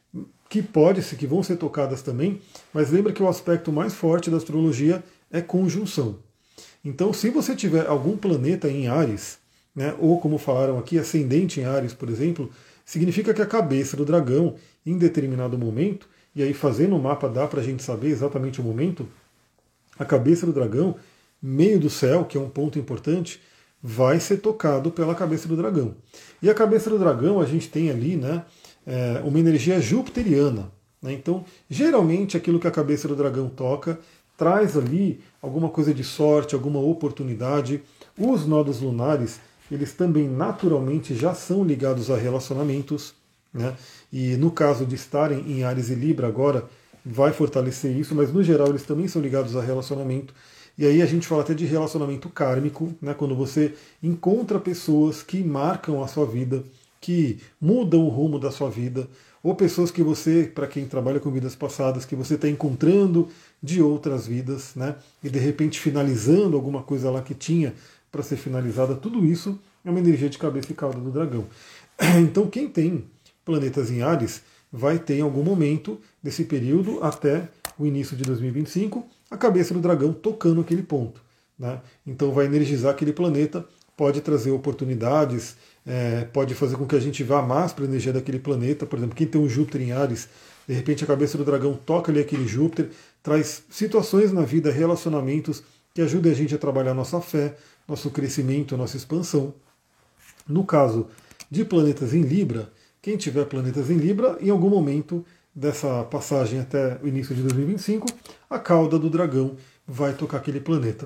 que vão ser tocadas também, mas lembra que o aspecto mais forte da astrologia é conjunção. Então, se você tiver algum planeta em Áries, né, ou como falaram aqui, ascendente em Áries, por exemplo, significa que a cabeça do dragão, em determinado momento, e aí fazendo o mapa dá para a gente saber exatamente o momento, a cabeça do dragão, meio do céu, que é um ponto importante, vai ser tocado pela cabeça do dragão. E a cabeça do dragão, a gente tem ali, né, uma energia jupiteriana. Né? Então, geralmente, aquilo que a cabeça do dragão toca traz ali alguma coisa de sorte, alguma oportunidade. Os nodos lunares, eles também naturalmente já são ligados a relacionamentos. Né? E no caso de estarem em Áries e Libra agora, vai fortalecer isso, mas no geral eles também são ligados a relacionamento. E aí a gente fala até de relacionamento kármico, né? Quando você encontra pessoas que marcam a sua vida, que mudam o rumo da sua vida, ou pessoas que você, para quem trabalha com vidas passadas, que você está encontrando de outras vidas, né? E de repente finalizando alguma coisa lá que tinha para ser finalizada, tudo isso é uma energia de cabeça e cauda do dragão. Então quem tem planetas em Áries vai ter em algum momento desse período até o início de 2025 a cabeça do dragão tocando aquele ponto. Né? Então vai energizar aquele planeta, pode trazer oportunidades, pode fazer com que a gente vá mais para a energia daquele planeta. Por exemplo, quem tem um Júpiter em Áries, de repente a cabeça do dragão toca ali aquele Júpiter, traz situações na vida, relacionamentos que ajudem a gente a trabalhar nossa fé, nosso crescimento, nossa expansão. No caso de planetas em Libra, quem tiver planetas em Libra, em algum momento dessa passagem até o início de 2025, a cauda do dragão vai tocar aquele planeta.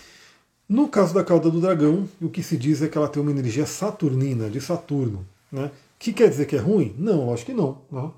No caso da cauda do dragão, o que se diz é que ela tem uma energia saturnina, de Saturno. Né? Que quer dizer que é ruim? Não, acho que não. Não.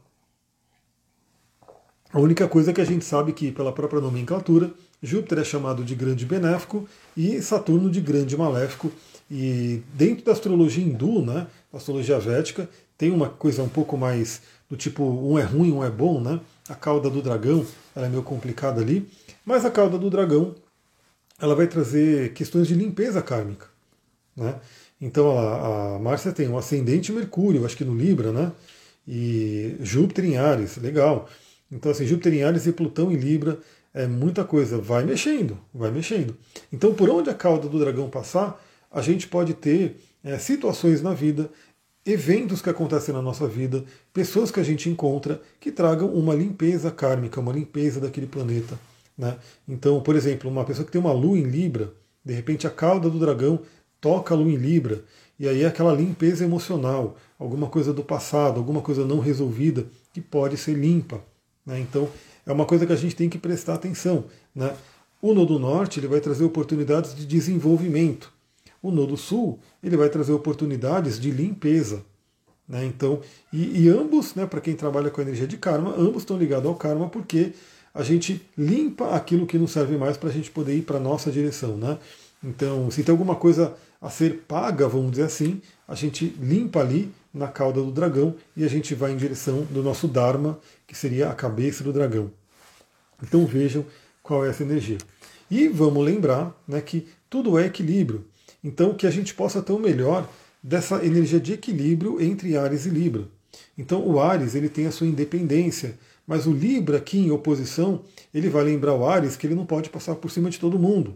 A única coisa é que a gente sabe que, pela própria nomenclatura, Júpiter é chamado de grande benéfico e Saturno de grande maléfico. E dentro da astrologia hindu, né, da astrologia védica, tem uma coisa um pouco mais do tipo, um é ruim, um é bom, né? A cauda do dragão, ela é meio complicada ali, mas a cauda do dragão, ela vai trazer questões de limpeza kármica, né? Então a Márcia tem um ascendente Mercúrio, acho que no Libra, né? E Júpiter em Áries, legal. Então assim, Júpiter em Áries e Plutão em Libra, é muita coisa, vai mexendo, vai mexendo. Então por onde a cauda do dragão passar, a gente pode ter situações na vida, eventos que acontecem na nossa vida, pessoas que a gente encontra que tragam uma limpeza kármica, uma limpeza daquele planeta. Né? Então, por exemplo, uma pessoa que tem uma lua em Libra, de repente a cauda do dragão toca a lua em Libra, e aí é aquela limpeza emocional, alguma coisa do passado, alguma coisa não resolvida que pode ser limpa. Né? Então, é uma coisa que a gente tem que prestar atenção. Né? O Nodo Norte ele vai trazer oportunidades de desenvolvimento. O Nodo Sul ele vai trazer oportunidades de limpeza. Né? Então, e ambos, né, para quem trabalha com a energia de karma, ambos estão ligados ao karma porque a gente limpa aquilo que não serve mais para a gente poder ir para a nossa direção. Né? Então, se tem alguma coisa a ser paga, vamos dizer assim, a gente limpa ali na cauda do dragão e a gente vai em direção do nosso Dharma, que seria a cabeça do dragão. Então vejam qual é essa energia. E vamos lembrar, né, que tudo é equilíbrio. Então, que a gente possa ter o melhor dessa energia de equilíbrio entre Áries e Libra. Então, o Áries ele tem a sua independência, mas o Libra aqui em oposição, ele vai lembrar o Áries que ele não pode passar por cima de todo mundo.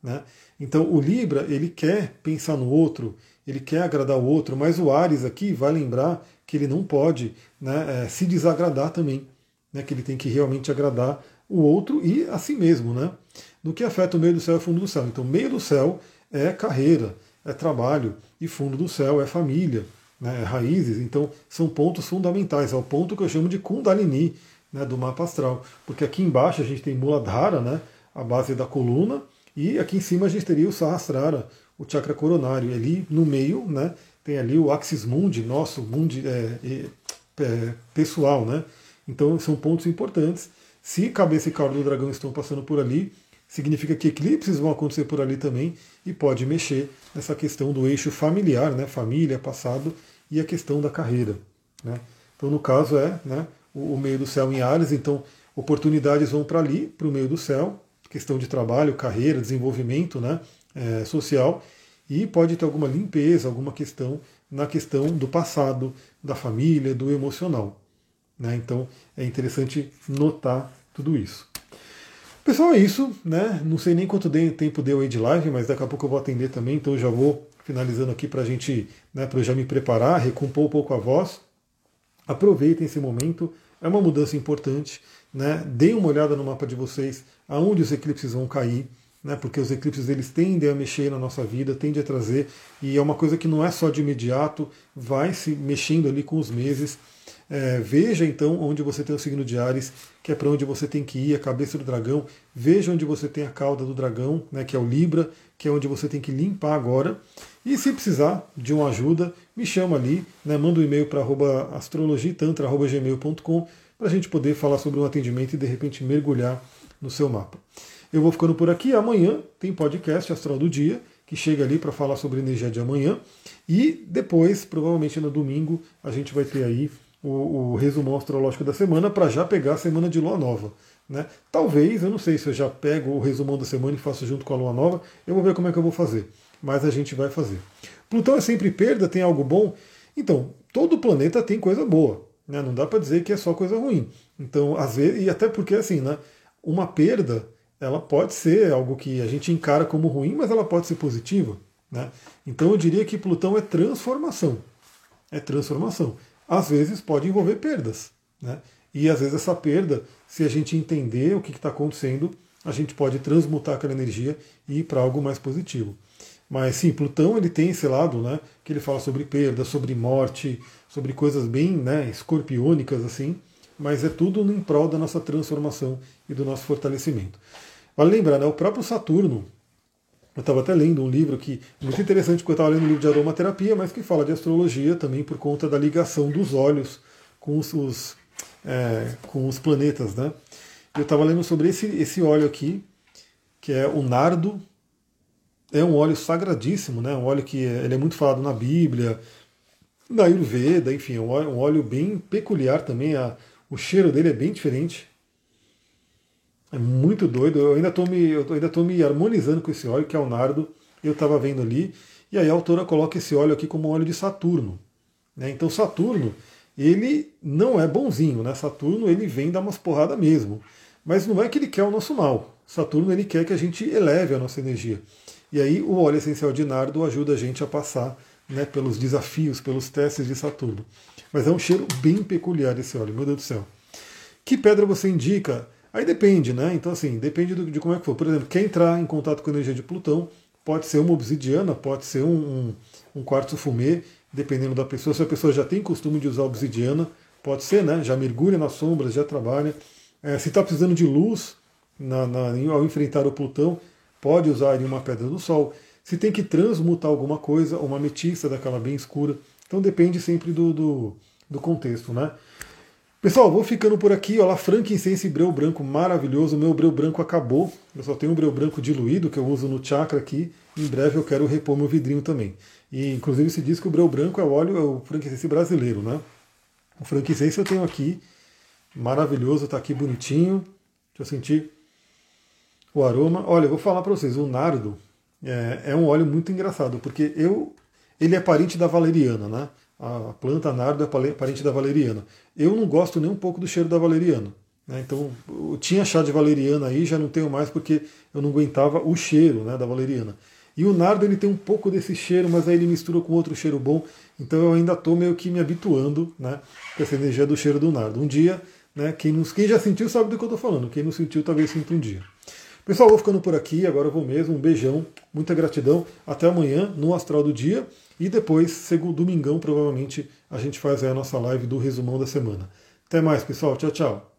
né? Então o Libra, ele quer pensar no outro, ele quer agradar o outro, mas o Áries aqui vai lembrar que ele não pode, né, se desagradar também, né, que ele tem que realmente agradar o outro e a si mesmo, né? No que afeta o meio do céu e fundo do céu. Então, meio do céu é carreira, é trabalho, e fundo do céu é família, né, é raízes. Então, são pontos fundamentais. É o ponto que eu chamo de Kundalini, né, do mapa astral. Porque aqui embaixo a gente tem Muladhara, né, a base da coluna, e aqui em cima a gente teria o Sahasrara, o chakra coronário. E ali no meio, né, tem ali o Axis Mundi, nosso mundi pessoal, né? Então são pontos importantes. Se cabeça e cauda do dragão estão passando por ali, significa que eclipses vão acontecer por ali também e pode mexer nessa questão do eixo familiar, né? Família, passado e a questão da carreira, né? Então no caso é, né, o meio do céu em Áries, então oportunidades vão para ali, para o meio do céu, questão de trabalho, carreira, desenvolvimento, né, social, e pode ter alguma limpeza, alguma questão na questão do passado, da família, do emocional, né? Então é interessante notar tudo isso. Pessoal, é isso, né? Não sei nem quanto tempo deu aí de live, mas daqui a pouco eu vou atender também, então eu já vou finalizando aqui para a gente, né, para eu já me preparar, recompor um pouco a voz. Aproveitem esse momento, é uma mudança importante, né? Deem uma olhada no mapa de vocês, aonde os eclipses vão cair, né? Porque os eclipses eles tendem a mexer na nossa vida, tendem a trazer, e é uma coisa que não é só de imediato, vai se mexendo ali com os meses. Veja então onde você tem o signo de Áries, que é para onde você tem que ir, a cabeça do dragão. Veja onde você tem a cauda do dragão, né, que é o Libra, que é onde você tem que limpar agora. E se precisar de uma ajuda, me chama ali, né, manda um e-mail para astrologitantra@gmail.com para a gente poder falar sobre um atendimento e de repente mergulhar no seu mapa. Eu vou ficando por aqui. Amanhã tem podcast Astral do Dia, que chega ali para falar sobre a energia de amanhã. E depois, provavelmente no domingo, a gente vai ter aí o resumão astrológico da semana para já pegar a semana de lua nova, né? Talvez, eu não sei se eu já pego o resumão da semana e faço junto com a lua nova, eu vou ver como é que eu vou fazer, mas a gente vai fazer. Plutão é sempre perda, tem algo bom? Então, todo planeta tem coisa boa, né? Não dá para dizer que é só coisa ruim. Então, às vezes, e até porque assim, né, uma perda, ela pode ser algo que a gente encara como ruim, mas ela pode ser positiva, né? Então eu diria que Plutão é transformação. É transformação. Às vezes pode envolver perdas, né? E às vezes essa perda, se a gente entender o que está acontecendo, a gente pode transmutar aquela energia e ir para algo mais positivo. Mas sim, Plutão ele tem esse lado, né, que ele fala sobre perda, sobre morte, sobre coisas bem, né, escorpiônicas assim, mas é tudo em prol da nossa transformação e do nosso fortalecimento. Vale lembrar, né, o próprio Saturno, eu estava até lendo um livro que é muito interessante, porque eu estava lendo um livro de aromaterapia, mas que fala de astrologia também por conta da ligação dos olhos com os planetas, né? Eu estava lendo sobre esse óleo aqui, que é o nardo. É um óleo sagradíssimo, né? Um óleo que ele é muito falado na Bíblia, na Ayurveda, enfim, é um óleo bem peculiar também. O cheiro dele é bem diferente. É muito doido. Eu ainda estou me harmonizando com esse óleo, que é o nardo. Eu estava vendo ali. E aí a autora coloca esse óleo aqui como um óleo de Saturno, né? Então Saturno, ele não é bonzinho, né? Saturno, ele vem dar umas porradas mesmo. Mas não é que ele quer o nosso mal. Saturno, ele quer que a gente eleve a nossa energia. E aí o óleo essencial de nardo ajuda a gente a passar, né, pelos desafios, pelos testes de Saturno. Mas é um cheiro bem peculiar esse óleo, meu Deus do céu. Que pedra você indica? Aí depende, né? Então, assim, depende de como é que for. Por exemplo, quer entrar em contato com a energia de Plutão, pode ser uma obsidiana, pode ser um quartzo fumê, dependendo da pessoa. Se a pessoa já tem costume de usar obsidiana, pode ser, né? Já mergulha nas sombras, já trabalha. Se está precisando de luz ao enfrentar o Plutão, pode usar uma pedra do Sol. Se tem que transmutar alguma coisa, uma ametista daquela bem escura. Então depende sempre do contexto, né? Pessoal, vou ficando por aqui. Olha lá, frankincense e breu branco maravilhoso. O meu breu branco acabou. Eu só tenho um breu branco diluído que eu uso no chakra aqui. Em breve eu quero repor meu vidrinho também. E inclusive se diz que o breu branco é o frankincense brasileiro, né? O frankincense eu tenho aqui. Maravilhoso, tá aqui bonitinho. Deixa eu sentir o aroma. Olha, eu vou falar para vocês, o nardo é um óleo muito engraçado, porque ele é parente da valeriana, né? A planta nardo é parente da valeriana. Eu não gosto nem um pouco do cheiro da valeriana. né? Então eu tinha chá de valeriana aí, já não tenho mais porque eu não aguentava o cheiro, né, da valeriana. E o nardo ele tem um pouco desse cheiro, mas aí ele mistura com outro cheiro bom, então eu ainda estou meio que me habituando, né, com essa energia do cheiro do nardo. Um dia, né, quem já sentiu sabe do que eu estou falando, quem não sentiu talvez sinta um dia. Pessoal, vou ficando por aqui, agora eu vou mesmo, um beijão, muita gratidão, até amanhã no Astral do Dia, e depois, domingão, provavelmente, a gente faz aí a nossa live do resumão da semana. Até mais, pessoal, tchau, tchau.